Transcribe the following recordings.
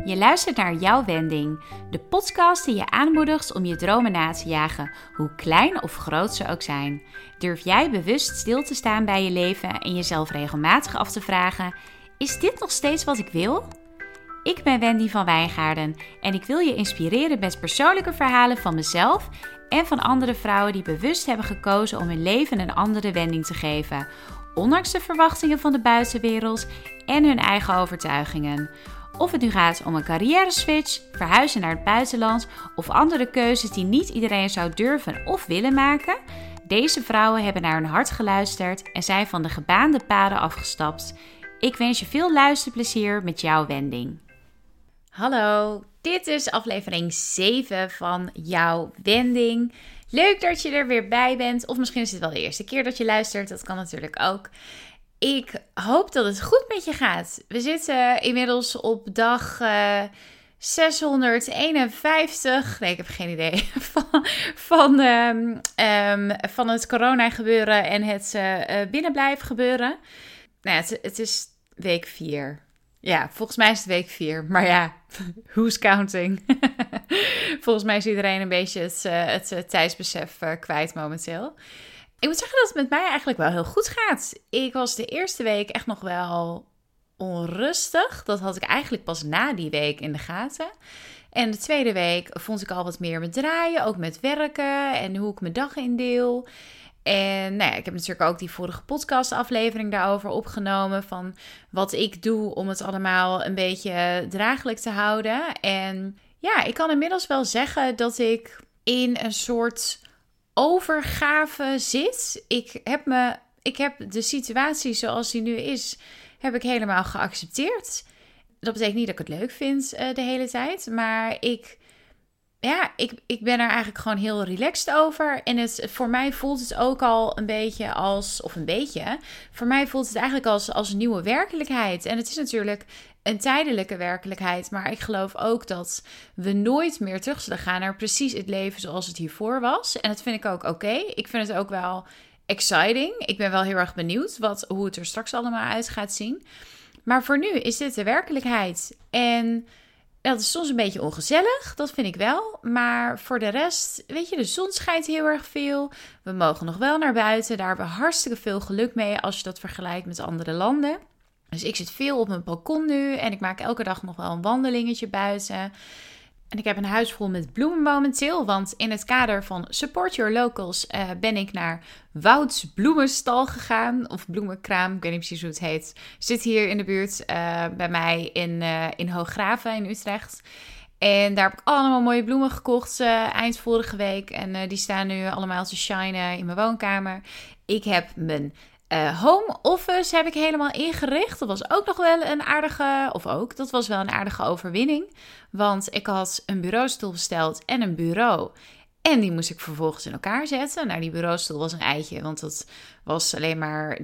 Je luistert naar Jouw Wending, de podcast die je aanmoedigt om je dromen na te jagen, hoe klein of groot ze ook zijn. Durf jij bewust stil te staan bij je leven en jezelf regelmatig af te vragen, is dit nog steeds wat ik wil? Ik ben Wendy van Wijngaarden en ik wil je inspireren met persoonlijke verhalen van mezelf en van andere vrouwen die bewust hebben gekozen om hun leven een andere wending te geven, ondanks de verwachtingen van de buitenwereld en hun eigen overtuigingen. Of het nu gaat om een carrière-switch, verhuizen naar het buitenland of andere keuzes die niet iedereen zou durven of willen maken. Deze vrouwen hebben naar hun hart geluisterd en zijn van de gebaande paden afgestapt. Ik wens je veel luisterplezier met jouw wending. Hallo, dit is aflevering 7 van Jouw Wending. Leuk dat je er weer bij bent, of misschien is het wel de eerste keer dat je luistert, dat kan natuurlijk ook. Ik hoop dat het goed met je gaat. We zitten inmiddels op dag 651. Nee, ik heb geen idee. Van het corona gebeuren en het binnenblijven gebeuren. Nou, het is week 4. Ja, volgens mij is het week 4. Maar ja, who's counting? Volgens mij is iedereen een beetje het tijdsbesef kwijt momenteel. Ik moet zeggen dat het met mij eigenlijk wel heel goed gaat. Ik was de eerste week echt nog wel onrustig. Dat had ik eigenlijk pas na die week in de gaten. En de tweede week vond ik al wat meer met draaien, ook met werken en hoe ik mijn dag indeel. En nou ja, ik heb natuurlijk ook die vorige podcastaflevering daarover opgenomen van wat ik doe om het allemaal een beetje draaglijk te houden. En ja, ik kan inmiddels wel zeggen dat ik in een soort overgave zit. Ik heb de situatie zoals die nu is, heb ik helemaal geaccepteerd. Dat betekent niet dat ik het leuk vind de hele tijd, maar ik ben er eigenlijk gewoon heel relaxed over. En voor mij voelt het ook al een beetje voor mij voelt het eigenlijk als een nieuwe werkelijkheid. En het is natuurlijk een tijdelijke werkelijkheid, maar ik geloof ook dat we nooit meer terug zullen gaan naar precies het leven zoals het hiervoor was. En dat vind ik ook oké. Ik vind het ook wel exciting. Ik ben wel heel erg benieuwd hoe het er straks allemaal uit gaat zien. Maar voor nu is dit de werkelijkheid. En dat is soms een beetje ongezellig, dat vind ik wel. Maar voor de rest, weet je, de zon schijnt heel erg veel. We mogen nog wel naar buiten. Daar hebben we hartstikke veel geluk mee als je dat vergelijkt met andere landen. Dus ik zit veel op mijn balkon nu en ik maak elke dag nog wel een wandelingetje buiten. En ik heb een huis vol met bloemen momenteel, want in het kader van Support Your Locals ben ik naar Wouds Bloemenstal gegaan. Of bloemenkraam, ik weet niet precies hoe het heet. Zit hier in de buurt bij mij in Hooggraven in Utrecht. En daar heb ik allemaal mooie bloemen gekocht eind vorige week. En die staan nu allemaal te shinen in mijn woonkamer. Ik heb mijn home office heb ik helemaal ingericht. Dat was ook nog wel een aardige overwinning. Want ik had een bureaustoel besteld en een bureau. En die moest ik vervolgens in elkaar zetten. Nou, die bureaustoel was een eitje, want dat was alleen maar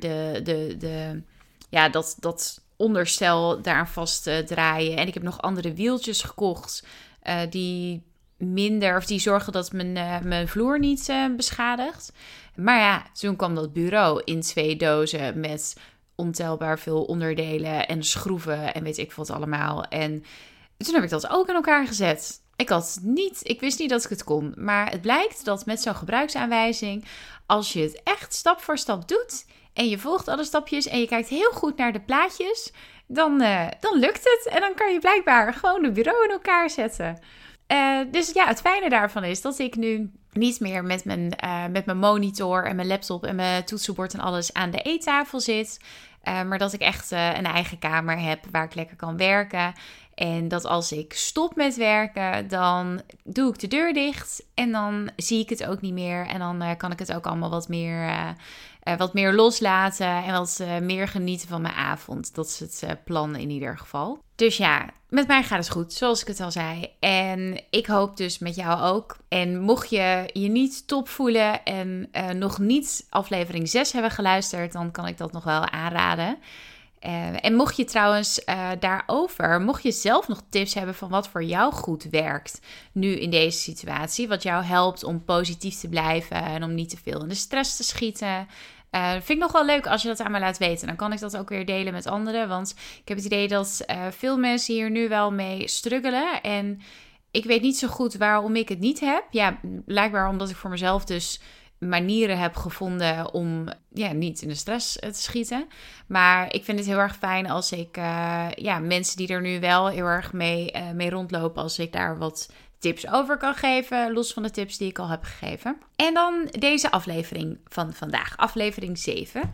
dat onderstel daaraan vast draaien. En ik heb nog andere wieltjes gekocht die zorgen dat mijn vloer niet beschadigt. Maar ja, toen kwam dat bureau in 2 dozen met ontelbaar veel onderdelen en schroeven en weet ik wat allemaal. En toen heb ik dat ook in elkaar gezet. Ik wist niet dat ik het kon. Maar het blijkt dat met zo'n gebruiksaanwijzing, als je het echt stap voor stap doet en je volgt alle stapjes en je kijkt heel goed naar de plaatjes, dan lukt het. En dan kan je blijkbaar gewoon het bureau in elkaar zetten. Dus ja, het fijne daarvan is dat ik nu niet meer met mijn monitor en mijn laptop en mijn toetsenbord en alles aan de eettafel zit. Maar dat ik echt een eigen kamer heb waar ik lekker kan werken. En dat als ik stop met werken, dan doe ik de deur dicht. En dan zie ik het ook niet meer. En dan kan ik het ook allemaal wat meer loslaten. En wat meer genieten van mijn avond. Dat is het plan in ieder geval. Dus ja, met mij gaat het goed, zoals ik het al zei. En ik hoop dus met jou ook. En mocht je je niet top voelen en nog niet aflevering 6 hebben geluisterd, dan kan ik dat nog wel aanraden. En mocht je trouwens mocht je zelf nog tips hebben van wat voor jou goed werkt nu in deze situatie, wat jou helpt om positief te blijven en om niet te veel in de stress te schieten, Vind ik nog wel leuk als je dat aan me laat weten. Dan kan ik dat ook weer delen met anderen. Want ik heb het idee dat veel mensen hier nu wel mee struggelen. En ik weet niet zo goed waarom ik het niet heb. Ja, blijkbaar omdat ik voor mezelf dus manieren heb gevonden om niet in de stress te schieten. Maar ik vind het heel erg fijn als ik mensen die er nu wel heel erg mee rondlopen, als ik daar wat tips over kan geven, los van de tips die ik al heb gegeven. En dan deze aflevering van vandaag, aflevering 7.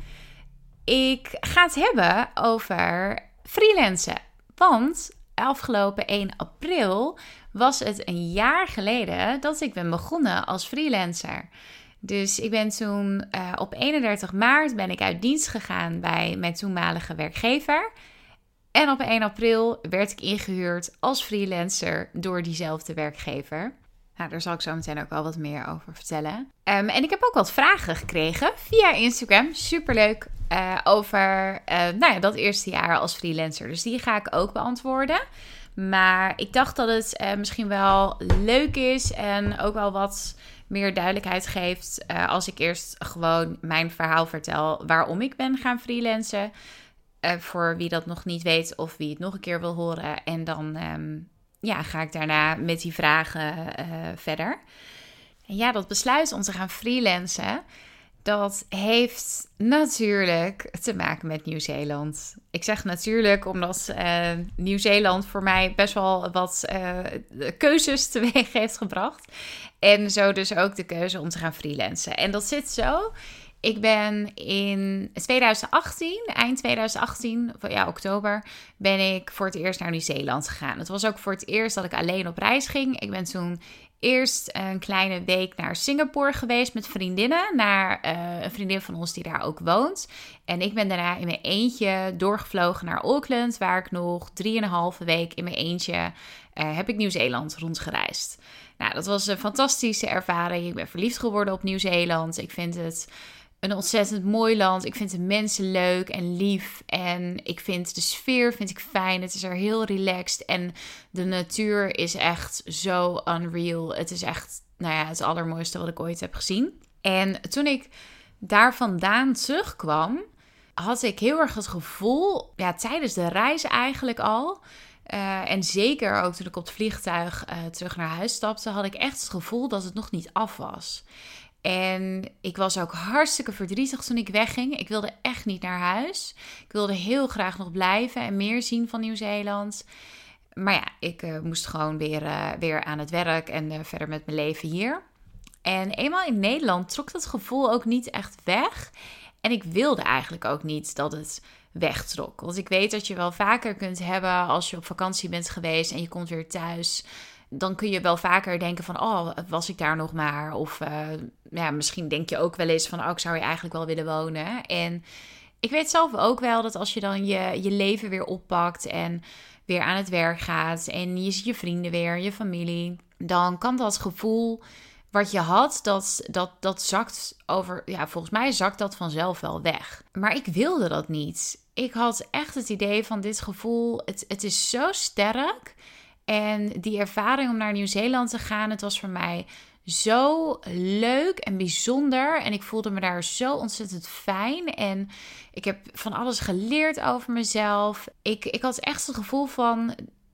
Ik ga het hebben over freelancen. Want afgelopen 1 april was het een jaar geleden dat ik ben begonnen als freelancer. Dus ik ben toen op 31 maart ben ik uit dienst gegaan bij mijn toenmalige werkgever. En op 1 april werd ik ingehuurd als freelancer door diezelfde werkgever. Nou, daar zal ik zo meteen ook wel wat meer over vertellen. En ik heb ook wat vragen gekregen via Instagram. Superleuk. Over dat eerste jaar als freelancer. Dus die ga ik ook beantwoorden. Maar ik dacht dat het misschien wel leuk is en ook wel wat meer duidelijkheid geeft als ik eerst gewoon mijn verhaal vertel waarom ik ben gaan freelancen. Voor wie dat nog niet weet of wie het nog een keer wil horen. En dan ga ik daarna met die vragen verder. En ja, dat besluit om te gaan freelancen, dat heeft natuurlijk te maken met Nieuw-Zeeland. Ik zeg natuurlijk omdat Nieuw-Zeeland voor mij best wel wat keuzes teweeg heeft gebracht. En zo dus ook de keuze om te gaan freelancen. En dat zit zo. Ik ben in 2018, eind 2018, oktober, ben ik voor het eerst naar Nieuw-Zeeland gegaan. Het was ook voor het eerst dat ik alleen op reis ging. Ik ben toen eerst een kleine week naar Singapore geweest met vriendinnen. Naar een vriendin van ons die daar ook woont. En ik ben daarna in mijn eentje doorgevlogen naar Auckland, waar ik nog 3,5 week in mijn eentje heb ik Nieuw-Zeeland rondgereisd. Nou, dat was een fantastische ervaring. Ik ben verliefd geworden op Nieuw-Zeeland. Ik vind het een ontzettend mooi land. Ik vind de mensen leuk en lief. En ik vind de sfeer fijn. Het is er heel relaxed. En de natuur is echt zo unreal. Het is echt het allermooiste wat ik ooit heb gezien. En toen ik daar vandaan terugkwam, had ik heel erg het gevoel, tijdens de reis eigenlijk al, en zeker ook toen ik op het vliegtuig terug naar huis stapte, had ik echt het gevoel dat het nog niet af was. En ik was ook hartstikke verdrietig toen ik wegging. Ik wilde echt niet naar huis. Ik wilde heel graag nog blijven en meer zien van Nieuw-Zeeland. Maar ja, ik moest gewoon weer aan het werk en verder met mijn leven hier. En eenmaal in Nederland trok dat gevoel ook niet echt weg. En ik wilde eigenlijk ook niet dat het wegtrok. Want ik weet dat je wel vaker kunt hebben als je op vakantie bent geweest en je komt weer thuis. Dan kun je wel vaker denken van, oh, was ik daar nog maar? Of misschien denk je ook wel eens van, oh, ik zou hier eigenlijk wel willen wonen. En ik weet zelf ook wel dat als je dan je leven weer oppakt en weer aan het werk gaat en je ziet je vrienden weer, je familie, dan kan dat gevoel wat je had, dat zakt over, volgens mij zakt dat vanzelf wel weg. Maar ik wilde dat niet. Ik had echt het idee van dit gevoel, het is zo sterk. En die ervaring om naar Nieuw-Zeeland te gaan, het was voor mij zo leuk en bijzonder. En ik voelde me daar zo ontzettend fijn. En ik heb van alles geleerd over mezelf. Ik had echt het gevoel van,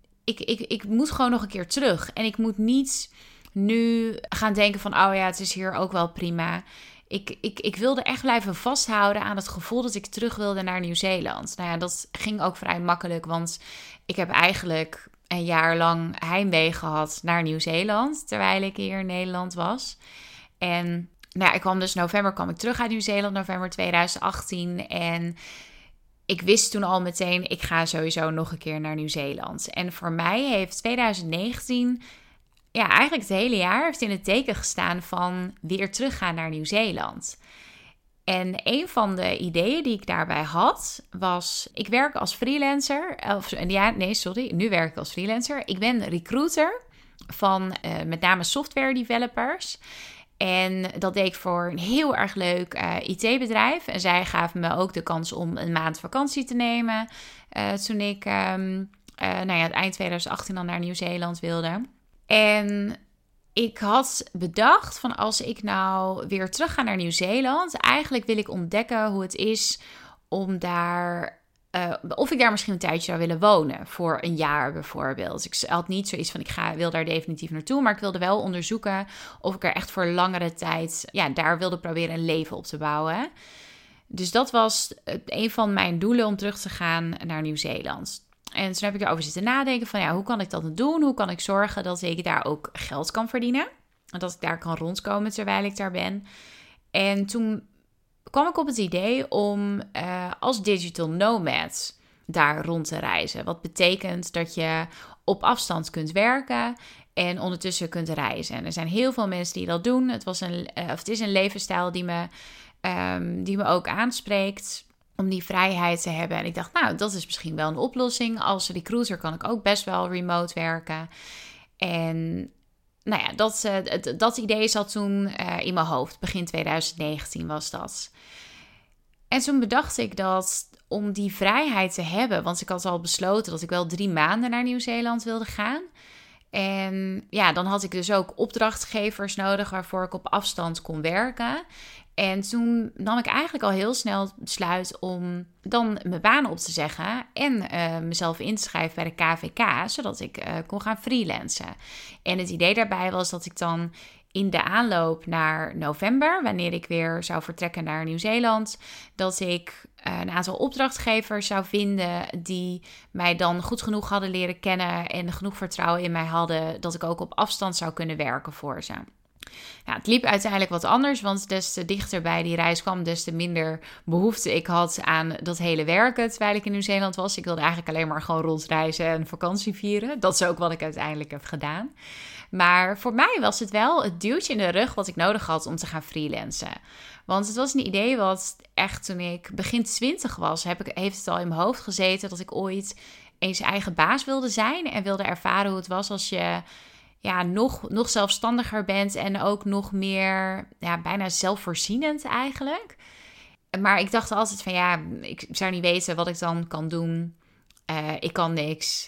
ik moet gewoon nog een keer terug. En ik moet niet nu gaan denken van, het is hier ook wel prima. Ik wilde echt blijven vasthouden aan het gevoel dat ik terug wilde naar Nieuw-Zeeland. Nou ja, dat ging ook vrij makkelijk, want ik heb eigenlijk een jaar lang heimwee gehad naar Nieuw-Zeeland, terwijl ik hier in Nederland was. En ik kwam dus november terug uit Nieuw-Zeeland, november 2018. En ik wist toen al meteen, ik ga sowieso nog een keer naar Nieuw-Zeeland. En voor mij heeft 2019, eigenlijk het hele jaar, heeft in het teken gestaan van weer teruggaan naar Nieuw-Zeeland. En een van de ideeën die ik daarbij had, was, ik werk als freelancer. Nu werk ik als freelancer. Ik ben recruiter van met name software developers. En dat deed ik voor een heel erg leuk IT-bedrijf. En zij gaven me ook de kans om een maand vakantie te nemen. Toen ik het eind 2018 dan naar Nieuw-Zeeland wilde. En Ik had bedacht van als ik nou weer terug ga naar Nieuw-Zeeland, eigenlijk wil ik ontdekken hoe het is om daar, of ik daar misschien een tijdje zou willen wonen, voor een jaar bijvoorbeeld. Ik had niet zoiets van wil daar definitief naartoe, maar ik wilde wel onderzoeken of ik er echt voor langere tijd, daar wilde proberen een leven op te bouwen. Dus dat was een van mijn doelen om terug te gaan naar Nieuw-Zeeland. En toen heb ik erover zitten nadenken van hoe kan ik dat doen? Hoe kan ik zorgen dat ik daar ook geld kan verdienen? En dat ik daar kan rondkomen terwijl ik daar ben. En toen kwam ik op het idee om als digital nomad daar rond te reizen. Wat betekent dat je op afstand kunt werken en ondertussen kunt reizen. En er zijn heel veel mensen die dat doen. Het is een levensstijl die me ook aanspreekt, om die vrijheid te hebben. En ik dacht, dat is misschien wel een oplossing. Als recruiter kan ik ook best wel remote werken. En dat idee zat toen in mijn hoofd. Begin 2019 was dat. En toen bedacht ik dat om die vrijheid te hebben, want ik had al besloten dat ik wel 3 maanden naar Nieuw-Zeeland wilde gaan. En dan had ik dus ook opdrachtgevers nodig waarvoor ik op afstand kon werken. En toen nam ik eigenlijk al heel snel het besluit om dan mijn baan op te zeggen en mezelf in te schrijven bij de KVK, zodat ik kon gaan freelancen. En het idee daarbij was dat ik dan in de aanloop naar november, wanneer ik weer zou vertrekken naar Nieuw-Zeeland, dat ik een aantal opdrachtgevers zou vinden die mij dan goed genoeg hadden leren kennen en genoeg vertrouwen in mij hadden dat ik ook op afstand zou kunnen werken voor ze. Het liep uiteindelijk wat anders, want des te dichter bij die reis kwam, des te minder behoefte ik had aan dat hele werken terwijl ik in Nieuw-Zeeland was. Ik wilde eigenlijk alleen maar gewoon rondreizen en vakantie vieren. Dat is ook wat ik uiteindelijk heb gedaan. Maar voor mij was het wel het duwtje in de rug wat ik nodig had om te gaan freelancen. Want het was een idee wat echt toen ik begin 20 was, heeft het al in mijn hoofd gezeten dat ik ooit eens eigen baas wilde zijn en wilde ervaren hoe het was als je nog zelfstandiger bent en ook nog meer, bijna zelfvoorzienend eigenlijk. Maar ik dacht altijd van ik zou niet weten wat ik dan kan doen. Ik kan niks.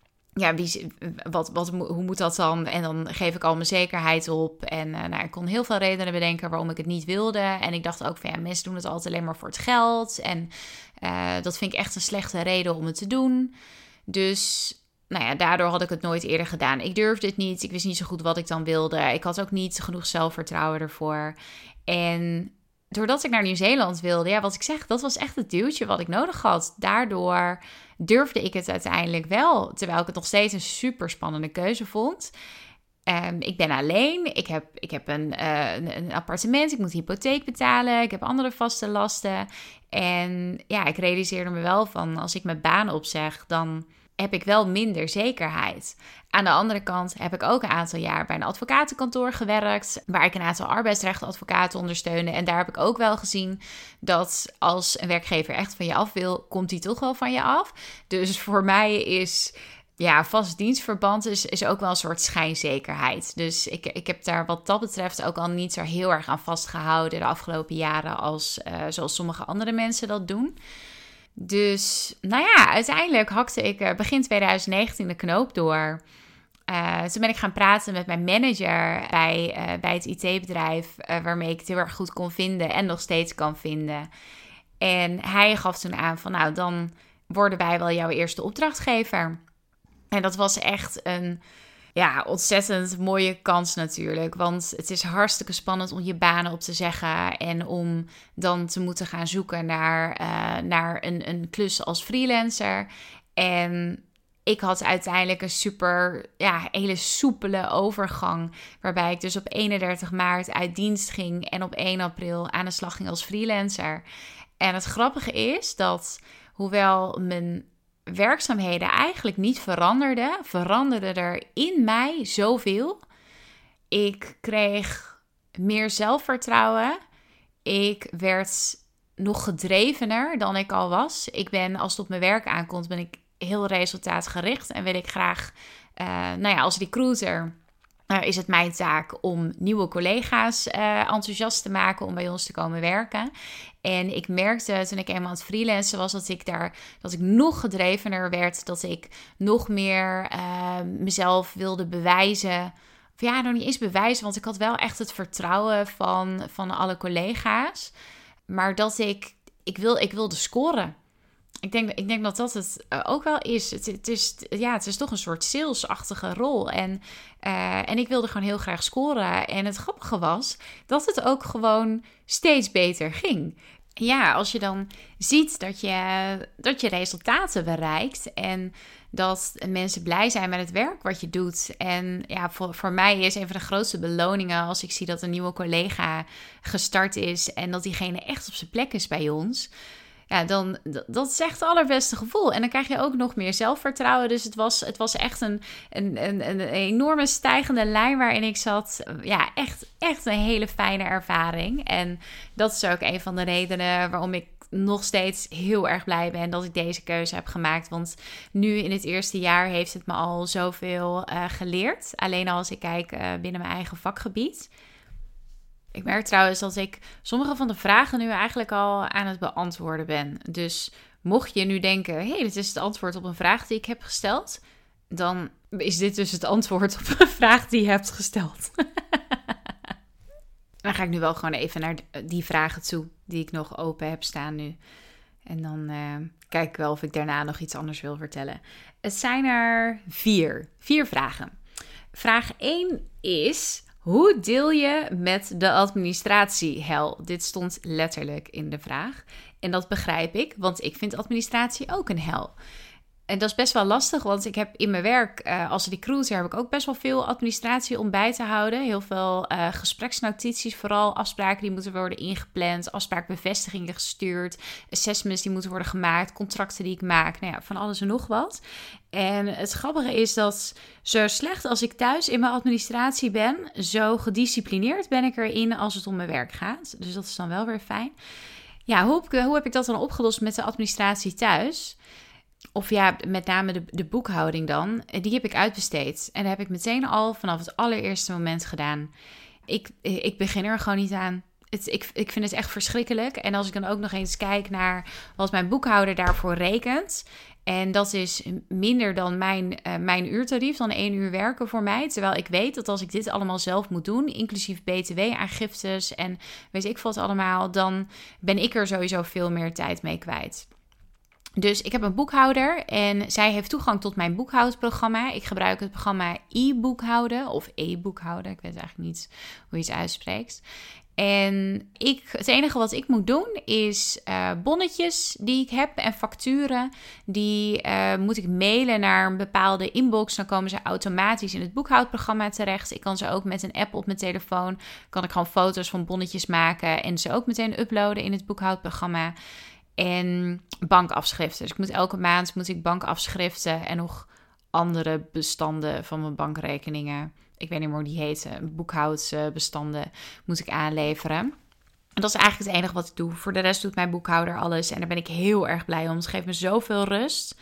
Hoe moet dat dan? En dan geef ik al mijn zekerheid op. En ik kon heel veel redenen bedenken waarom ik het niet wilde. En ik dacht ook van mensen doen het altijd alleen maar voor het geld. En dat vind ik echt een slechte reden om het te doen. Dus daardoor had ik het nooit eerder gedaan. Ik durfde het niet. Ik wist niet zo goed wat ik dan wilde. Ik had ook niet genoeg zelfvertrouwen ervoor. En doordat ik naar Nieuw-Zeeland wilde, wat ik zeg, dat was echt het duwtje wat ik nodig had. Daardoor durfde ik het uiteindelijk wel, terwijl ik het nog steeds een super spannende keuze vond. Ik ben alleen, ik heb een appartement, ik moet hypotheek betalen, ik heb andere vaste lasten. En ik realiseerde me wel van, als ik mijn baan opzeg, dan heb ik wel minder zekerheid. Aan de andere kant heb ik ook een aantal jaar bij een advocatenkantoor gewerkt, waar ik een aantal arbeidsrechtadvocaten ondersteunde. En daar heb ik ook wel gezien dat als een werkgever echt van je af wil, komt die toch wel van je af. Dus voor mij is vast dienstverband is ook wel een soort schijnzekerheid. Dus ik heb daar wat dat betreft ook al niet zo heel erg aan vastgehouden de afgelopen jaren zoals sommige andere mensen dat doen. Dus uiteindelijk hakte ik begin 2019 de knoop door. Toen ben ik gaan praten met mijn manager bij het IT-bedrijf, waarmee ik het heel erg goed kon vinden en nog steeds kan vinden. En hij gaf toen aan van dan worden wij wel jouw eerste opdrachtgever. En dat was echt een ontzettend mooie kans natuurlijk. Want het is hartstikke spannend om je banen op te zeggen en om dan te moeten gaan zoeken naar een klus als freelancer. En ik had uiteindelijk een hele soepele overgang, waarbij ik dus op 31 maart uit dienst ging en op 1 april aan de slag ging als freelancer. En het grappige is dat, hoewel mijn werkzaamheden eigenlijk niet veranderde er in mij zoveel. Ik kreeg meer zelfvertrouwen. Ik werd nog gedrevener dan ik al was. Als het op mijn werk aankomt, ben ik heel resultaatgericht en wil ik graag, als recruiter is het mijn taak om nieuwe collega's enthousiast te maken om bij ons te komen werken. En ik merkte toen ik eenmaal aan het freelancen was dat ik nog gedrevener werd, dat ik nog meer mezelf wilde bewijzen nog niet eens bewijzen, want ik had wel echt het vertrouwen van alle collega's. Maar dat ik wilde scoren. Ik denk dat dat het ook wel is. Het is toch een soort salesachtige rol. En ik wilde gewoon heel graag scoren. En het grappige was dat het ook gewoon steeds beter ging. Ja, als je dan ziet dat je resultaten bereikt en dat mensen blij zijn met het werk wat je doet. En ja, voor mij is een van de grootste beloningen als ik zie dat een nieuwe collega gestart is en dat diegene echt op zijn plek is bij ons. Ja, dan dat is echt het allerbeste gevoel. En dan krijg je ook nog meer zelfvertrouwen. Dus het was echt een enorme stijgende lijn waarin ik zat. Ja, echt een hele fijne ervaring. En dat is ook een van de redenen waarom ik nog steeds heel erg blij ben dat ik deze keuze heb gemaakt. Want nu in het eerste jaar heeft het me al zoveel geleerd. Alleen al als ik kijk binnen mijn eigen vakgebied. Ik merk trouwens dat ik sommige van de vragen nu eigenlijk al aan het beantwoorden ben. Dus mocht je nu denken, dit is het antwoord op een vraag die ik heb gesteld, dan is dit dus het antwoord op een vraag die je hebt gesteld. Dan ga ik nu wel gewoon even naar die vragen toe die ik nog open heb staan nu. En dan kijk ik wel of ik daarna nog iets anders wil vertellen. Het zijn er 4 vragen. Vraag 1 is: hoe deel je met de administratie hel? Dit stond letterlijk in de vraag. En dat begrijp ik, want ik vind administratie ook een hel. En dat is best wel lastig, want ik heb in mijn werk als recruiter heb ik ook best wel veel administratie om bij te houden. Heel veel gespreksnotities, vooral afspraken die moeten worden ingepland, afspraakbevestigingen gestuurd, assessments die moeten worden gemaakt, contracten die ik maak, van alles en nog wat. En het grappige is dat zo slecht als ik thuis in mijn administratie ben, zo gedisciplineerd ben ik erin als het om mijn werk gaat. Dus dat is dan wel weer fijn. Ja, hoe heb ik dat dan opgelost met de administratie thuis? Of ja, met name de boekhouding dan. Die heb ik uitbesteed. En dat heb ik meteen al vanaf het allereerste moment gedaan. Ik begin er gewoon niet aan. Ik vind het echt verschrikkelijk. En als ik dan ook nog eens kijk naar wat mijn boekhouder daarvoor rekent. En dat is minder dan mijn uurtarief, dan 1 uur werken voor mij. Terwijl ik weet dat als ik dit allemaal zelf moet doen, inclusief btw-aangiftes en weet ik wat allemaal, dan ben ik er sowieso veel meer tijd mee kwijt. Dus ik heb een boekhouder en zij heeft toegang tot mijn boekhoudprogramma. Ik gebruik het programma e-boekhouden of e-boekhouden. Ik weet eigenlijk niet hoe je het uitspreekt. En het enige wat ik moet doen is bonnetjes die ik heb en facturen. Die moet ik mailen naar een bepaalde inbox. Dan komen ze automatisch in het boekhoudprogramma terecht. Ik kan ze ook met een app op mijn telefoon. Kan ik gewoon foto's van bonnetjes maken en ze ook meteen uploaden in het boekhoudprogramma. En bankafschriften. Dus elke maand moet ik bankafschriften en nog andere bestanden van mijn bankrekeningen. Ik weet niet meer hoe die heten. Boekhoudsbestanden moet ik aanleveren. En dat is eigenlijk het enige wat ik doe. Voor de rest doet mijn boekhouder alles. En daar ben ik heel erg blij om. Het geeft me zoveel rust.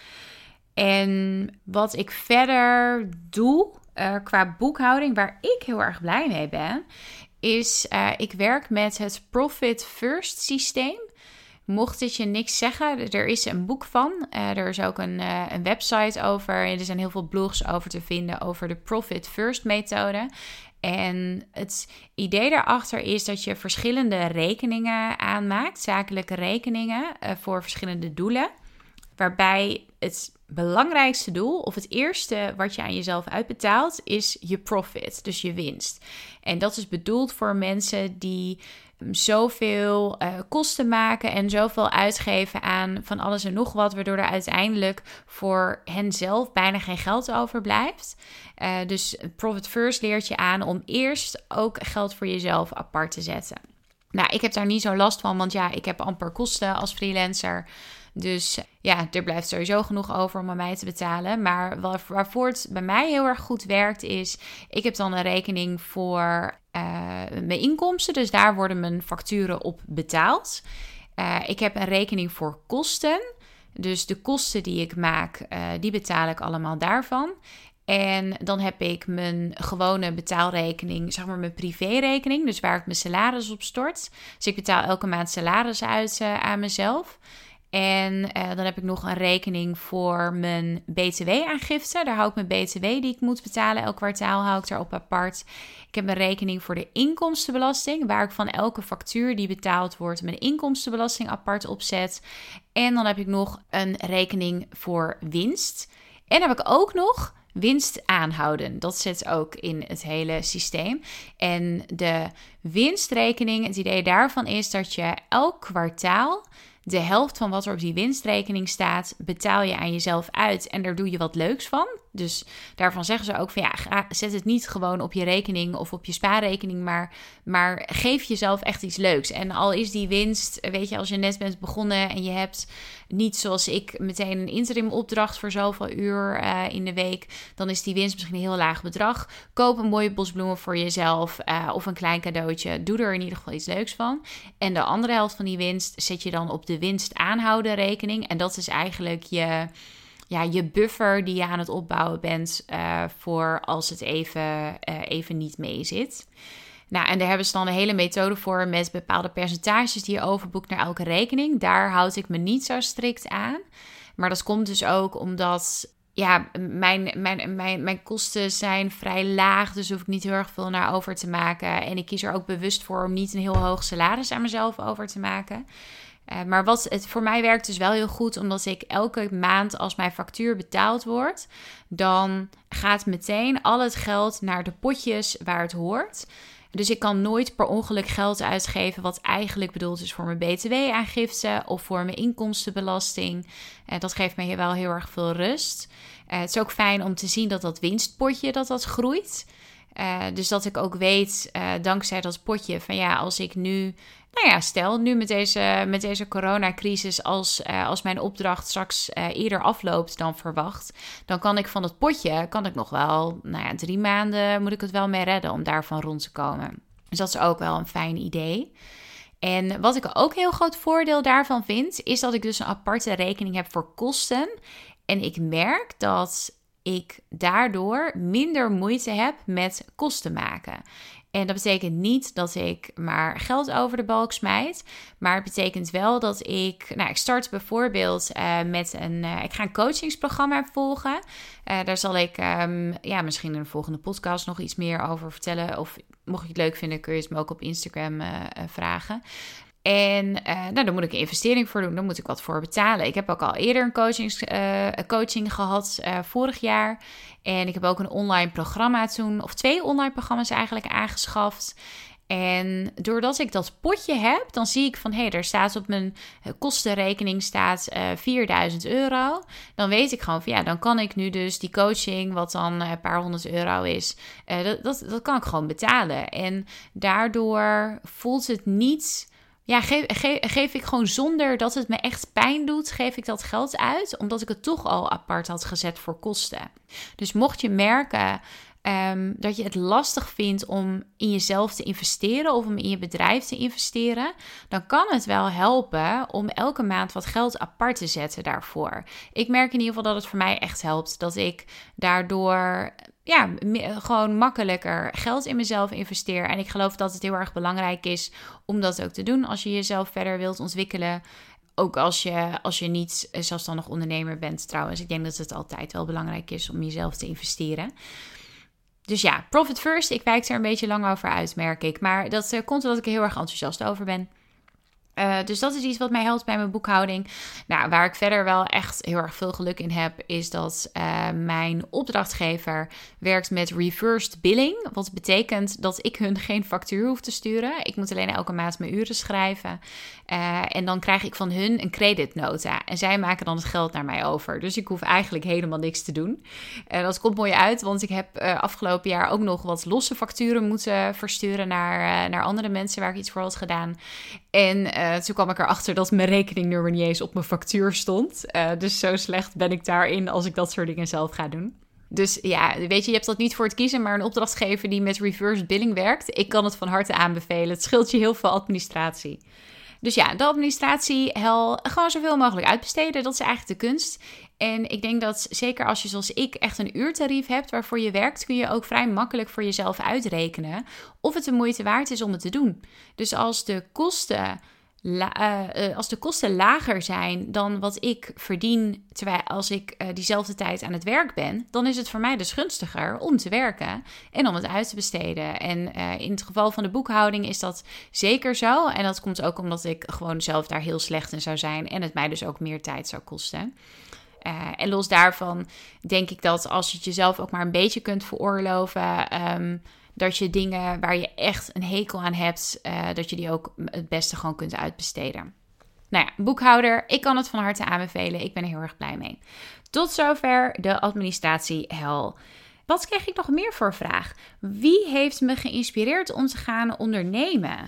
En wat ik verder doe qua boekhouding, waar ik heel erg blij mee ben, is ik werk met het Profit First systeem. Mocht dit je niks zeggen, er is een boek van. Er is ook een website over. Er zijn heel veel blogs over te vinden over de Profit First methode. En het idee daarachter is dat je verschillende rekeningen aanmaakt. Zakelijke rekeningen voor verschillende doelen. Waarbij het belangrijkste doel, of het eerste wat je aan jezelf uitbetaalt, is je profit, dus je winst. En dat is bedoeld voor mensen die zoveel kosten maken en zoveel uitgeven aan van alles en nog wat, waardoor er uiteindelijk voor henzelf bijna geen geld overblijft. Dus Profit First leert je aan om eerst ook geld voor jezelf apart te zetten. Nou, ik heb daar niet zo last van, want ja, ik heb amper kosten als freelancer. Dus ja, er blijft sowieso genoeg over om aan mij te betalen. Maar waarvoor het bij mij heel erg goed werkt is, ik heb dan een rekening voor mijn inkomsten. Dus daar worden mijn facturen op betaald. Ik heb een rekening voor kosten. Dus de kosten die ik maak, die betaal ik allemaal daarvan. En dan heb ik mijn gewone betaalrekening, zeg maar mijn privérekening. Dus waar ik mijn salaris op stort. Dus ik betaal elke maand salaris uit aan mezelf. En dan heb ik nog een rekening voor mijn btw-aangifte. Daar hou ik mijn btw die ik moet betalen. Elk kwartaal hou ik daarop apart. Ik heb een rekening voor de inkomstenbelasting, waar ik van elke factuur die betaald wordt mijn inkomstenbelasting apart opzet. En dan heb ik nog een rekening voor winst. En dan heb ik ook nog winst aanhouden. Dat zit ook in het hele systeem. En de winstrekening, het idee daarvan is dat je elk kwartaal de helft van wat er op die winstrekening staat, betaal je aan jezelf uit en daar doe je wat leuks van. Dus daarvan zeggen ze ook van zet het niet gewoon op je rekening of op je spaarrekening, maar geef jezelf echt iets leuks. En al is die winst, weet je, als je net bent begonnen en je hebt niet zoals ik meteen een interim opdracht voor zoveel uur in de week, dan is die winst misschien een heel laag bedrag. Koop een mooie bos bloemen voor jezelf of een klein cadeautje. Doe er in ieder geval iets leuks van. En de andere helft van die winst zet je dan op de winst aanhouden rekening. En dat is eigenlijk je buffer die je aan het opbouwen bent voor als het even niet mee zit. Nou, en daar hebben ze dan een hele methode voor met bepaalde percentages die je overboekt naar elke rekening. Daar houd ik me niet zo strikt aan. Maar dat komt dus ook omdat mijn kosten zijn vrij laag, dus hoef ik niet heel erg veel naar over te maken. En ik kies er ook bewust voor om niet een heel hoog salaris aan mezelf over te maken. Maar het voor mij werkt dus wel heel goed, omdat ik elke maand als mijn factuur betaald wordt, dan gaat meteen al het geld naar de potjes waar het hoort. Dus ik kan nooit per ongeluk geld uitgeven wat eigenlijk bedoeld is voor mijn btw-aangifte of voor mijn inkomstenbelasting. Dat geeft mij wel heel erg veel rust. Het is ook fijn om te zien dat dat winstpotje dat groeit. Dus dat ik ook weet, dankzij dat potje, van als ik nu, stel nu met deze coronacrisis, als mijn opdracht straks eerder afloopt dan verwacht, dan kan ik van dat potje, nog wel, 3 maanden moet ik het wel mee redden om daarvan rond te komen. Dus dat is ook wel een fijn idee. En wat ik ook heel groot voordeel daarvan vind, is dat ik dus een aparte rekening heb voor kosten. En ik merk dat ik daardoor minder moeite heb met kosten maken. En dat betekent niet dat ik maar geld over de balk smijt. Maar het betekent wel dat ik start bijvoorbeeld met ik ga een coachingsprogramma volgen. Daar zal ik misschien in de volgende podcast nog iets meer over vertellen. Of mocht je het leuk vinden, kun je het me ook op Instagram vragen. En daar moet ik een investering voor doen. Daar moet ik wat voor betalen. Ik heb ook al eerder een coaching gehad vorig jaar. En ik heb ook een online programma toen, of 2 online programma's eigenlijk aangeschaft. En doordat ik dat potje heb, dan zie ik van er staat op mijn kostenrekening staat €4.000. Dan weet ik gewoon van dan kan ik nu dus die coaching, wat dan een paar €100 is, dat kan ik gewoon betalen. En daardoor voelt het niet. Geef ik gewoon zonder dat het me echt pijn doet, geef ik dat geld uit, omdat ik het toch al apart had gezet voor kosten. Dus mocht je merken dat je het lastig vindt om in jezelf te investeren of om in je bedrijf te investeren, dan kan het wel helpen om elke maand wat geld apart te zetten daarvoor. Ik merk in ieder geval dat het voor mij echt helpt, dat ik daardoor gewoon makkelijker geld in mezelf investeer. En ik geloof dat het heel erg belangrijk is om dat ook te doen als je jezelf verder wilt ontwikkelen. Ook als je niet zelfstandig ondernemer bent trouwens. Ik denk dat het altijd wel belangrijk is om jezelf te investeren. Dus profit first. Ik wijk er een beetje lang over uit, merk ik. Maar dat komt omdat ik er heel erg enthousiast over ben. Dus dat is iets wat mij helpt bij mijn boekhouding. Waar ik verder wel echt heel erg veel geluk in heb, is dat mijn opdrachtgever werkt met reversed billing. Wat betekent dat ik hun geen factuur hoef te sturen. Ik moet alleen elke maand mijn uren schrijven. En dan krijg ik van hun een creditnota. En zij maken dan het geld naar mij over. Dus ik hoef eigenlijk helemaal niks te doen. Dat komt mooi uit, want ik heb afgelopen jaar ook nog wat losse facturen moeten versturen naar andere mensen waar ik iets voor had gedaan. En toen kwam ik erachter dat mijn rekeningnummer niet eens op mijn factuur stond. Dus zo slecht ben ik daarin als ik dat soort dingen zelf ga doen. Dus weet je hebt dat niet voor het kiezen, maar een opdrachtgever die met reverse billing werkt, ik kan het van harte aanbevelen. Het scheelt je heel veel administratie. Dus de administratie gewoon zoveel mogelijk uitbesteden. Dat is eigenlijk de kunst. En ik denk dat zeker als je zoals ik echt een uurtarief hebt waarvoor je werkt, kun je ook vrij makkelijk voor jezelf uitrekenen of het de moeite waard is om het te doen. Dus als de kosten als de kosten lager zijn dan wat ik verdien, terwijl als ik diezelfde tijd aan het werk ben, dan is het voor mij dus gunstiger om te werken en om het uit te besteden. En in het geval van de boekhouding is dat zeker zo. En dat komt ook omdat ik gewoon zelf daar heel slecht in zou zijn en het mij dus ook meer tijd zou kosten. En los daarvan denk ik dat als je het jezelf ook maar een beetje kunt veroorloven, dat je dingen waar je echt een hekel aan hebt, dat je die ook het beste gewoon kunt uitbesteden. Nou ja, boekhouder, ik kan het van harte aanbevelen. Ik ben er heel erg blij mee. Tot zover de administratiehel. Wat kreeg ik nog meer voor vraag? Wie heeft me geïnspireerd om te gaan ondernemen?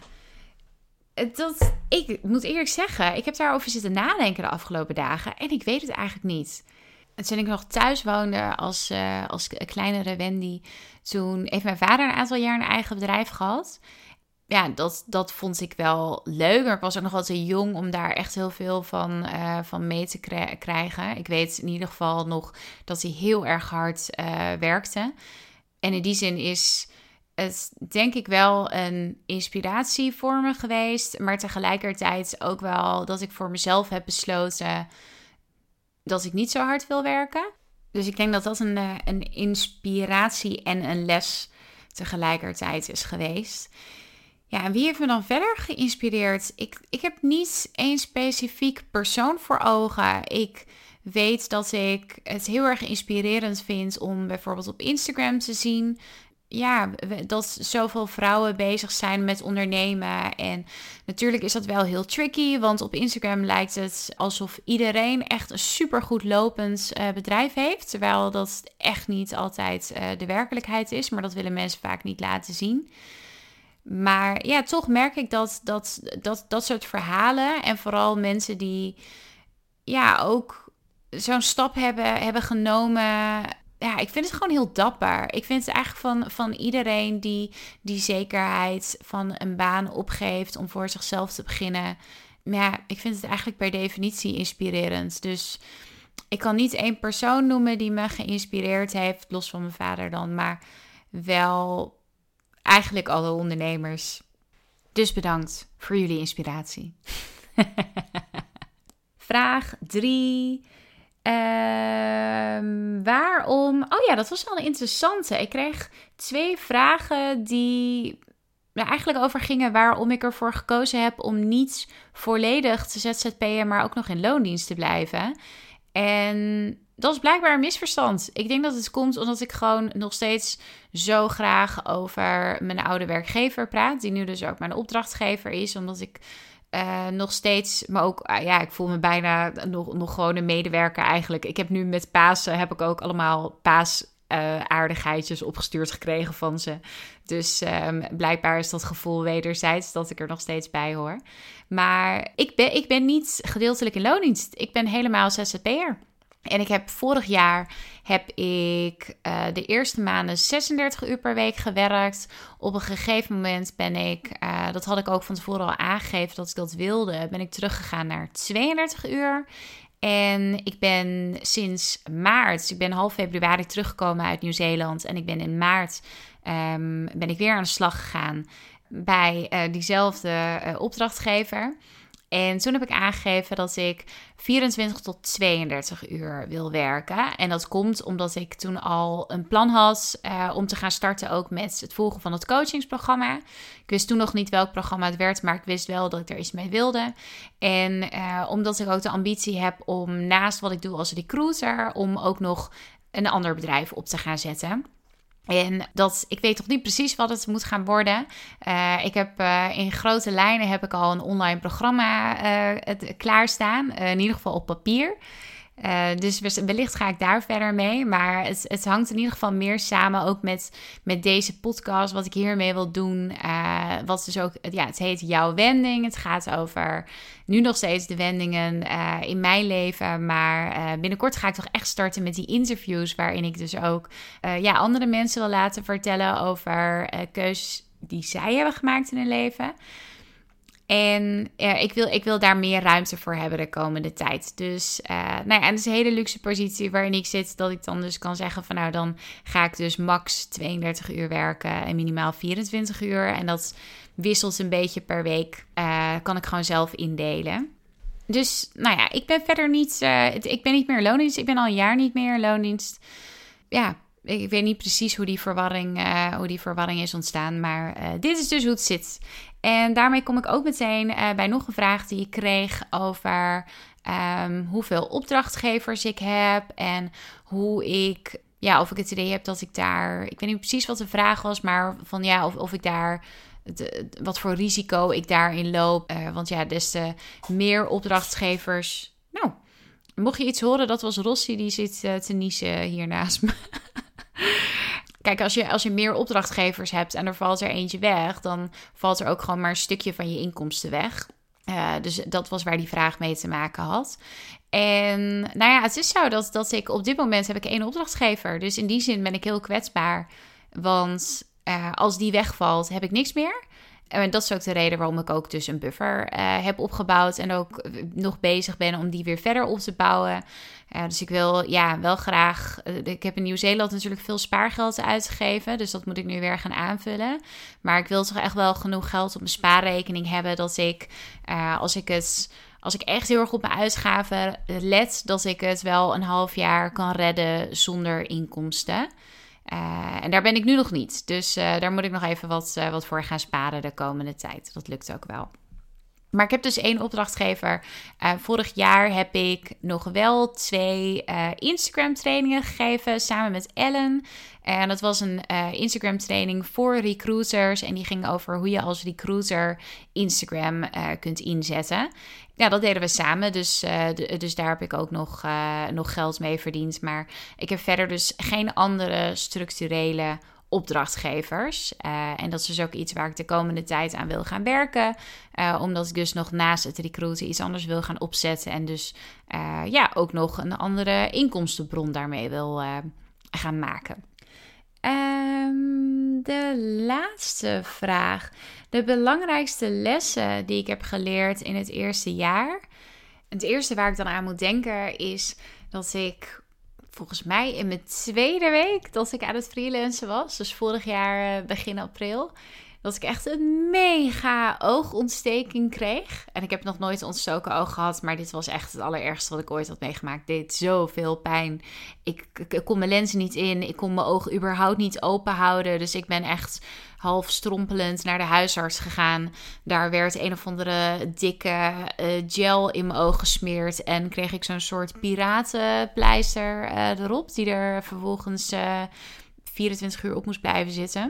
Ik moet eerlijk zeggen, ik heb daarover zitten nadenken de afgelopen dagen en ik weet het eigenlijk niet. Toen ik nog thuis woonde als kleinere Wendy, toen heeft mijn vader een aantal jaar een eigen bedrijf gehad. Ja, dat vond ik wel leuk, maar ik was ook nog wel te jong om daar echt heel veel van mee te krijgen. Ik weet in ieder geval nog dat hij heel erg hard werkte. En in die zin is het denk ik wel een inspiratie voor me geweest, maar tegelijkertijd ook wel dat ik voor mezelf heb besloten dat ik niet zo hard wil werken. Dus ik denk dat dat een inspiratie en een les tegelijkertijd is geweest. Ja, en wie heeft me dan verder geïnspireerd? Ik heb niet één specifiek persoon voor ogen. Ik weet dat ik het heel erg inspirerend vind om bijvoorbeeld op Instagram te zien, ja, dat zoveel vrouwen bezig zijn met ondernemen. En natuurlijk is dat wel heel tricky, want op Instagram lijkt het alsof iedereen echt een supergoed lopend bedrijf heeft. Terwijl dat echt niet altijd de werkelijkheid is, maar dat willen mensen vaak niet laten zien. Maar ja, toch merk ik dat soort verhalen en vooral mensen die ja ook zo'n stap hebben genomen. Ja, ik vind het gewoon heel dapper. Ik vind het eigenlijk van iedereen die zekerheid van een baan opgeeft om voor zichzelf te beginnen. Maar ja, ik vind het eigenlijk per definitie inspirerend. Dus ik kan niet één persoon noemen die me geïnspireerd heeft, los van mijn vader dan, maar wel eigenlijk alle ondernemers. Dus bedankt voor jullie inspiratie. Vraag 3. Waarom? Oh ja, dat was wel een interessante. Ik kreeg 2 vragen die er eigenlijk over gingen waarom ik ervoor gekozen heb om niet volledig te ZZP'en, maar ook nog in loondienst te blijven. En dat is blijkbaar een misverstand. Ik denk dat het komt omdat ik gewoon nog steeds zo graag over mijn oude werkgever praat, die nu dus ook mijn opdrachtgever is, omdat ik nog steeds, maar ook, ik voel me bijna nog gewoon een medewerker eigenlijk. Ik heb nu met Pasen, heb ik ook allemaal paasaardigheidjes opgestuurd gekregen van ze. Dus blijkbaar is dat gevoel wederzijds dat ik er nog steeds bij hoor. Maar ik ben niet gedeeltelijk in loondienst. Ik ben helemaal ZZP'er. En ik heb vorig jaar de eerste maanden 36 uur per week gewerkt. Op een gegeven moment ben ik, dat had ik ook van tevoren al aangegeven dat ik dat wilde, ben ik teruggegaan naar 32 uur. En ik ben sinds maart, ik ben half februari teruggekomen uit Nieuw-Zeeland. En ik ben in maart ben ik weer aan de slag gegaan bij diezelfde opdrachtgever. En toen heb ik aangegeven dat ik 24 tot 32 uur wil werken. En dat komt omdat ik toen al een plan had om te gaan starten ook met het volgen van het coachingsprogramma. Ik wist toen nog niet welk programma het werd, maar ik wist wel dat ik er iets mee wilde. En omdat ik ook de ambitie heb om naast wat ik doe als recruiter, om ook nog een ander bedrijf op te gaan zetten. En ik weet nog niet precies wat het moet gaan worden. Ik heb in grote lijnen heb ik al een online programma klaarstaan. In ieder geval op papier. Dus wellicht ga ik daar verder mee. Maar het hangt in ieder geval meer samen ook met deze podcast. Wat ik hiermee wil doen. Wat dus ook, het heet Jouw Wending. Het gaat over nu nog steeds de wendingen in mijn leven. Maar binnenkort ga ik toch echt starten met die interviews. Waarin ik dus ook andere mensen wil laten vertellen over keuzes die zij hebben gemaakt in hun leven. En ik wil daar meer ruimte voor hebben de komende tijd. Dus en het is een hele luxe positie waarin ik zit, dat ik dan dus kan zeggen van nou, dan ga ik dus max 32 uur werken en minimaal 24 uur. En dat wisselt een beetje per week. Kan ik gewoon zelf indelen. Dus nou ja, ik ben verder niet, ik ben niet meer in loondienst. Ik ben al een jaar niet meer in loondienst. Ja, ik weet niet precies hoe die verwarring is ontstaan, maar dit is dus hoe het zit. En daarmee kom ik ook meteen bij nog een vraag die ik kreeg over hoeveel opdrachtgevers ik heb en hoe ik, ja, of ik het idee heb dat ik daar, ik weet niet precies wat de vraag was, maar van ja, of ik daar, wat voor risico ik daarin loop. Want ja, des te meer opdrachtgevers. Nou, mocht je iets horen, dat was Rossi, die zit te niezen hier naast me. Kijk, als je meer opdrachtgevers hebt en er valt er eentje weg, dan valt er ook gewoon maar een stukje van je inkomsten weg. Dus dat was waar die vraag mee te maken had. En nou ja, het is zo dat ik op dit moment heb ik 1 opdrachtgever. Dus in die zin ben ik heel kwetsbaar. Want als die wegvalt, heb ik niks meer. En dat is ook de reden waarom ik ook dus een buffer heb opgebouwd. En ook nog bezig ben om die weer verder op te bouwen. Dus ik wil wel graag. Ik heb in Nieuw-Zeeland natuurlijk veel spaargeld uitgegeven. Dus dat moet ik nu weer gaan aanvullen. Maar ik wil toch echt wel genoeg geld op mijn spaarrekening hebben. Dat ik, als ik echt heel erg op mijn uitgaven let, dat ik het wel een half jaar kan redden zonder inkomsten. En daar ben ik nu nog niet. Dus daar moet ik nog even wat voor gaan sparen de komende tijd. Dat lukt ook wel. Maar ik heb dus 1 opdrachtgever. Vorig jaar heb ik nog wel 2 Instagram trainingen gegeven samen met Ellen. En dat was een Instagram training voor recruiters. En die ging over hoe je als recruiter Instagram kunt inzetten. Ja, dat deden we samen. Dus daar heb ik ook nog geld mee verdiend. Maar ik heb verder dus geen andere structurele opdrachtgevers. En dat is dus ook iets waar ik de komende tijd aan wil gaan werken. Omdat ik dus nog naast het recruiten iets anders wil gaan opzetten. En dus ook nog een andere inkomstenbron daarmee wil gaan maken. De laatste vraag. De belangrijkste lessen die ik heb geleerd in het eerste jaar. Het eerste waar ik dan aan moet denken is dat ik volgens mij in mijn 2e week dat ik aan het freelancen was, dus vorig jaar begin april, dat ik echt een mega oogontsteking kreeg. En ik heb nog nooit ontstoken oog gehad, maar dit was echt het allerergste wat ik ooit had meegemaakt. Het deed zoveel pijn. Ik kon mijn lenzen niet in, ik kon mijn ogen überhaupt niet open houden. Dus ik ben echt half strompelend naar de huisarts gegaan. Daar werd een of andere dikke gel in mijn oog gesmeerd. En kreeg ik zo'n soort piratenpleister erop, die er vervolgens 24 uur op moest blijven zitten.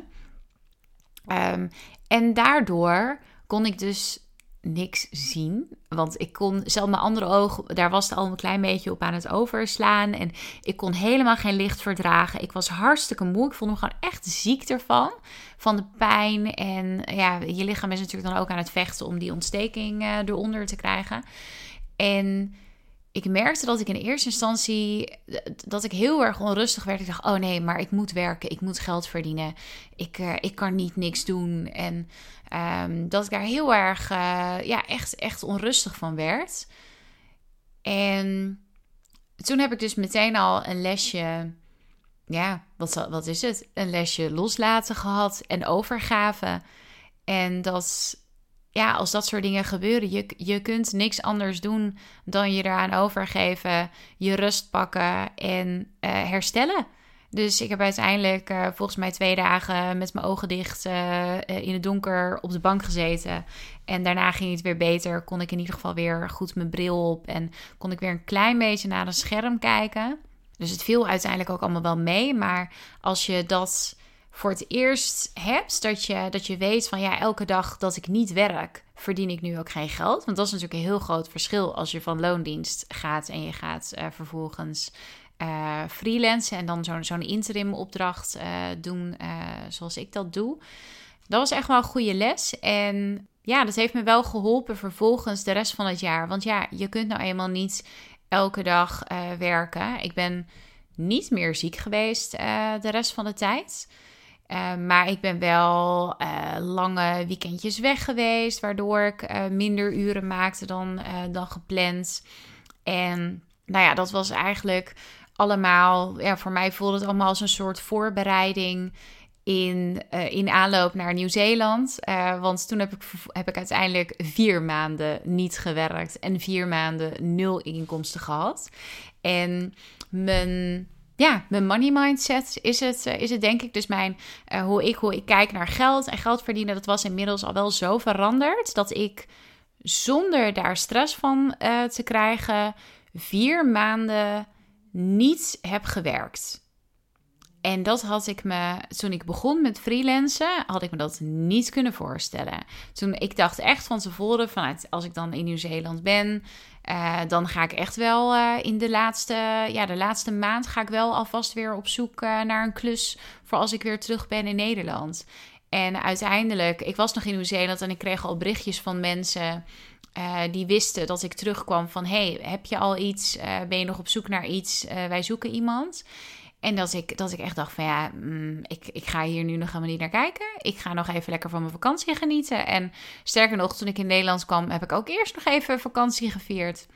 En daardoor kon ik dus niks zien. Want ik kon, zelf mijn andere oog, daar was het al een klein beetje op aan het overslaan. En ik kon helemaal geen licht verdragen. Ik was hartstikke moe. Ik voelde me gewoon echt ziek ervan. Van de pijn. En ja, je lichaam is natuurlijk dan ook aan het vechten om die ontsteking eronder te krijgen. En ik merkte dat ik in eerste instantie, dat ik heel erg onrustig werd. Ik dacht, oh nee, maar ik moet werken, ik moet geld verdienen. Ik kan niet niks doen. En dat ik daar heel erg, echt onrustig van werd. En toen heb ik dus meteen al een lesje, wat is het? Een lesje loslaten gehad en overgave. En dat, als dat soort dingen gebeuren, je kunt niks anders doen dan je eraan overgeven, je rust pakken en herstellen. Dus ik heb uiteindelijk volgens mij 2 dagen met mijn ogen dicht in het donker op de bank gezeten. En daarna ging het weer beter. Kon ik in ieder geval weer goed mijn bril op en kon ik weer een klein beetje naar een scherm kijken. Dus het viel uiteindelijk ook allemaal wel mee. Maar als je dat voor het eerst hebt, dat je weet van elke dag dat ik niet werk, verdien ik nu ook geen geld. Want dat is natuurlijk een heel groot verschil als je van loondienst gaat en je gaat vervolgens freelancen en dan zo'n interim opdracht doen zoals ik dat doe. Dat was echt wel een goede les. En dat heeft me wel geholpen vervolgens de rest van het jaar. Want je kunt nou eenmaal niet elke dag werken. Ik ben niet meer ziek geweest de rest van de tijd. Maar ik ben wel lange weekendjes weg geweest, waardoor ik minder uren maakte dan gepland. En nou ja, dat was eigenlijk allemaal, ja, voor mij voelde het allemaal als een soort voorbereiding in aanloop naar Nieuw-Zeeland. Want toen heb ik uiteindelijk 4 maanden niet gewerkt en 4 maanden 0 inkomsten gehad. En mijn money mindset is het denk ik. Dus hoe ik kijk naar geld en geld verdienen, dat was inmiddels al wel zo veranderd dat ik zonder daar stress van te krijgen 4 maanden niet heb gewerkt. En dat had ik me, toen ik begon met freelancen, had ik me dat niet kunnen voorstellen. Ik dacht echt van tevoren, als ik dan in Nieuw-Zeeland ben, dan ga ik echt wel in de laatste maand ga ik wel alvast weer op zoek naar een klus voor als ik weer terug ben in Nederland. En uiteindelijk, ik was nog in Nieuw-Zeeland en ik kreeg al berichtjes van mensen die wisten dat ik terugkwam van, hey, heb je al iets? Ben je nog op zoek naar iets? Wij zoeken iemand. En dat ik echt dacht van ik ga hier nu nog helemaal niet naar kijken. Ik ga nog even lekker van mijn vakantie genieten. En sterker nog, toen ik in Nederland kwam, heb ik ook eerst nog even vakantie gevierd.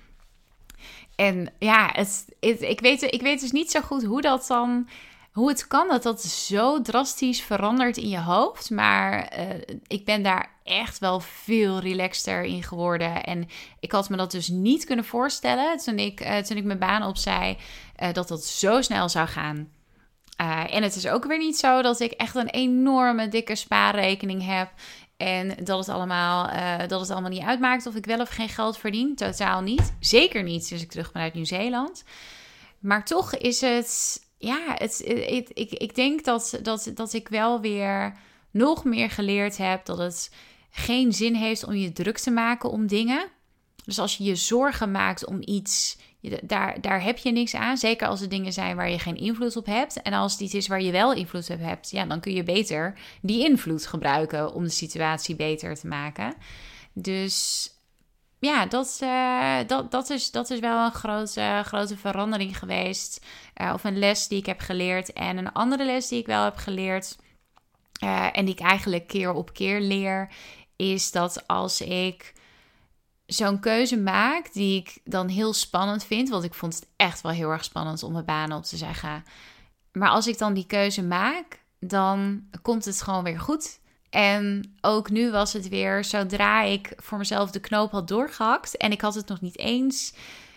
En ja, ik weet dus niet zo goed hoe het kan dat zo drastisch verandert in je hoofd. Maar ik ben daar echt wel veel relaxter in geworden. En ik had me dat dus niet kunnen voorstellen toen ik mijn baan opzij, dat zo snel zou gaan. En het is ook weer niet zo dat ik echt een enorme dikke spaarrekening heb. En dat het allemaal niet uitmaakt of ik wel of geen geld verdien. Totaal niet. Zeker niet sinds ik terug ben uit Nieuw-Zeeland. Maar toch is het... Ja, ik denk dat ik wel weer nog meer geleerd heb dat het geen zin heeft om je druk te maken om dingen. Dus als je je zorgen maakt om iets, daar heb je niks aan. Zeker als het dingen zijn waar je geen invloed op hebt. En als het iets is waar je wel invloed op hebt, ja, dan kun je beter die invloed gebruiken om de situatie beter te maken. Dus ja, dat is wel een grote verandering geweest. Of een les die ik heb geleerd. En een andere les die ik wel heb geleerd, en die ik eigenlijk keer op keer leer, is dat als ik zo'n keuze maak die ik dan heel spannend vind, want ik vond het echt wel heel erg spannend om mijn baan op te zeggen. Maar als ik dan die keuze maak, dan komt het gewoon weer goed. En ook nu was het weer, zodra ik voor mezelf de knoop had doorgehakt en ik had het nog niet eens,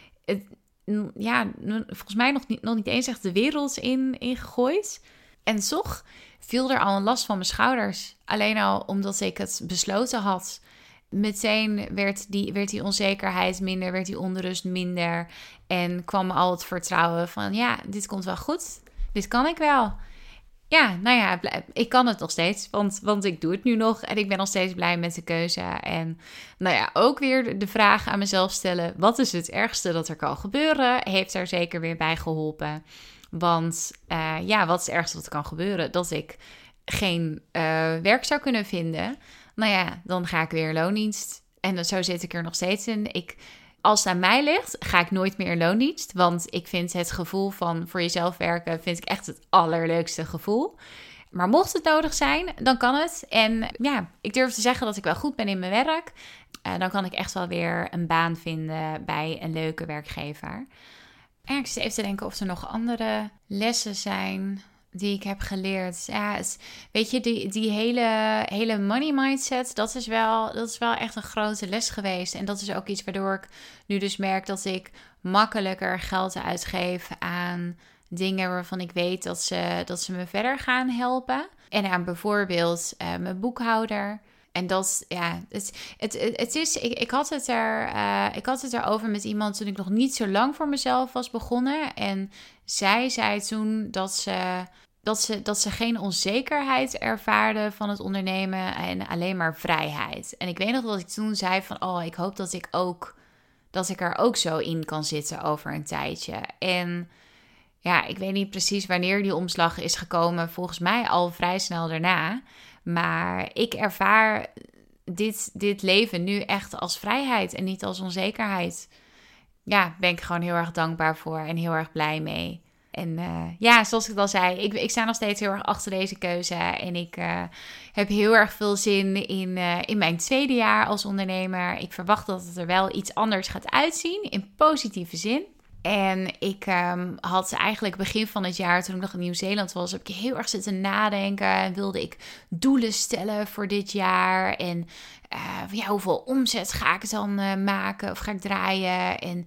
volgens mij nog niet eens echt de wereld in gegooid. En toch viel er al een last van mijn schouders. Alleen al omdat ik het besloten had. Meteen werd die onzekerheid minder, werd die onrust minder. En kwam al het vertrouwen van, ja, dit komt wel goed. Dit kan ik wel. Ja, nou ja, ik kan het nog steeds, want ik doe het nu nog en ik ben nog steeds blij met de keuze. En nou ja, ook weer de vraag aan mezelf stellen, wat is het ergste dat er kan gebeuren? Heeft daar zeker weer bij geholpen. Want wat is het ergste wat er kan gebeuren? Dat ik geen werk zou kunnen vinden. Nou ja, dan ga ik weer in loondienst. En zo zit ik er nog steeds in. Als het aan mij ligt, ga ik nooit meer in loondienst. Want ik vind het gevoel van voor jezelf werken, vind ik echt het allerleukste gevoel. Maar mocht het nodig zijn, dan kan het. En ja, ik durf te zeggen dat ik wel goed ben in mijn werk. Dan kan ik echt wel weer een baan vinden bij een leuke werkgever. En ik zit even te denken of er nog andere lessen zijn die ik heb geleerd. Ja, weet je, die hele money mindset, dat is wel echt een grote les geweest. En dat is ook iets waardoor ik nu dus merk dat ik makkelijker geld uitgeef aan dingen waarvan ik weet dat ze me verder gaan helpen. En aan bijvoorbeeld mijn boekhouder. En dat, ja, het is, ik had het erover met iemand toen ik nog niet zo lang voor mezelf was begonnen. En zij zei toen dat ze geen onzekerheid ervaarde van het ondernemen en alleen maar vrijheid. En ik weet nog dat ik toen zei van, ik hoop dat ik er ook zo in kan zitten over een tijdje. En ja, ik weet niet precies wanneer die omslag is gekomen. Volgens mij al vrij snel daarna. Maar ik ervaar dit leven nu echt als vrijheid en niet als onzekerheid. Ja, ben ik gewoon heel erg dankbaar voor en heel erg blij mee. En zoals ik al zei, ik sta nog steeds heel erg achter deze keuze. En ik heb heel erg veel zin in mijn tweede jaar als ondernemer. Ik verwacht dat het er wel iets anders gaat uitzien, in positieve zin. En ik had eigenlijk begin van het jaar, toen ik nog in Nieuw-Zeeland was, heb ik heel erg zitten nadenken. En wilde ik doelen stellen voor dit jaar. En hoeveel omzet ga ik dan maken of ga ik draaien? En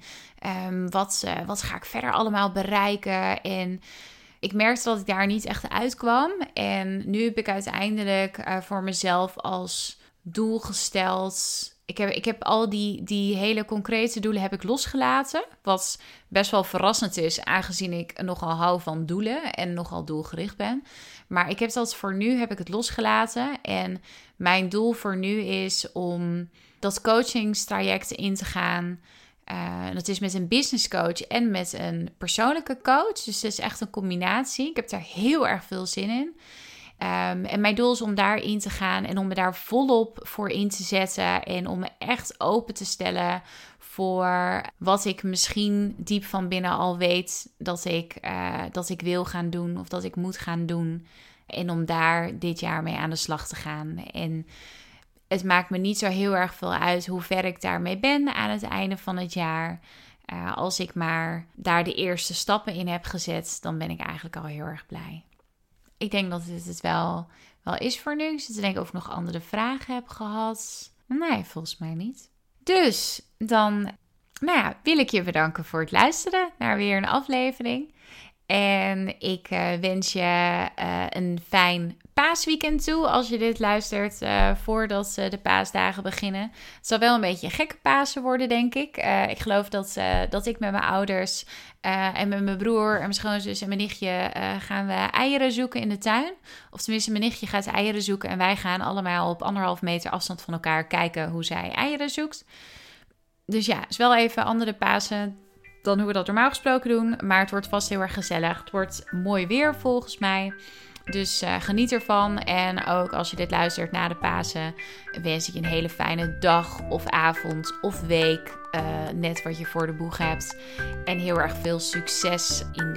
wat ga ik verder allemaal bereiken? En ik merkte dat ik daar niet echt uitkwam. En nu heb ik uiteindelijk voor mezelf als doel gesteld. Ik heb al die hele concrete doelen heb ik losgelaten. Wat best wel verrassend is, aangezien ik nogal hou van doelen en nogal doelgericht ben. Maar ik heb dat voor nu heb ik het losgelaten. En mijn doel voor nu is om dat coachingstraject in te gaan. Dat is met een business coach en met een persoonlijke coach. Dus het is echt een combinatie. Ik heb daar heel erg veel zin in. En mijn doel is om daarin te gaan en om me daar volop voor in te zetten. En om me echt open te stellen voor wat ik misschien diep van binnen al weet dat ik wil gaan doen of dat ik moet gaan doen. En om daar dit jaar mee aan de slag te gaan. En het maakt me niet zo heel erg veel uit hoe ver ik daarmee ben aan het einde van het jaar. Als ik maar daar de eerste stappen in heb gezet, dan ben ik eigenlijk al heel erg blij. Ik denk dat dit het wel is voor nu. Ik zit te denken of ik nog andere vragen heb gehad. Nee, volgens mij niet. Dus dan wil ik je bedanken voor het luisteren naar weer een aflevering. En ik wens je een fijn paasweekend toe als je dit luistert voordat de paasdagen beginnen. Het zal wel een beetje een gekke Pasen worden, denk ik. Ik geloof dat ik met mijn ouders en met mijn broer en mijn schoonzus en mijn nichtje gaan we eieren zoeken in de tuin. Of tenminste, mijn nichtje gaat eieren zoeken en wij gaan allemaal op 1,5 meter afstand van elkaar kijken hoe zij eieren zoekt. Dus ja, het is wel even andere Pasen dan hoe we dat normaal gesproken doen. Maar het wordt vast heel erg gezellig. Het wordt mooi weer volgens mij. Dus geniet ervan. En ook als je dit luistert na de Pasen, wens ik je een hele fijne dag of avond of week. Net wat je voor de boeg hebt. En heel erg veel succes in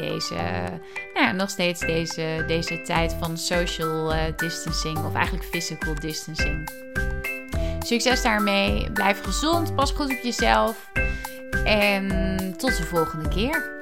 nog steeds deze tijd van social distancing. Of eigenlijk physical distancing. Succes daarmee. Blijf gezond. Pas goed op jezelf. En tot de volgende keer.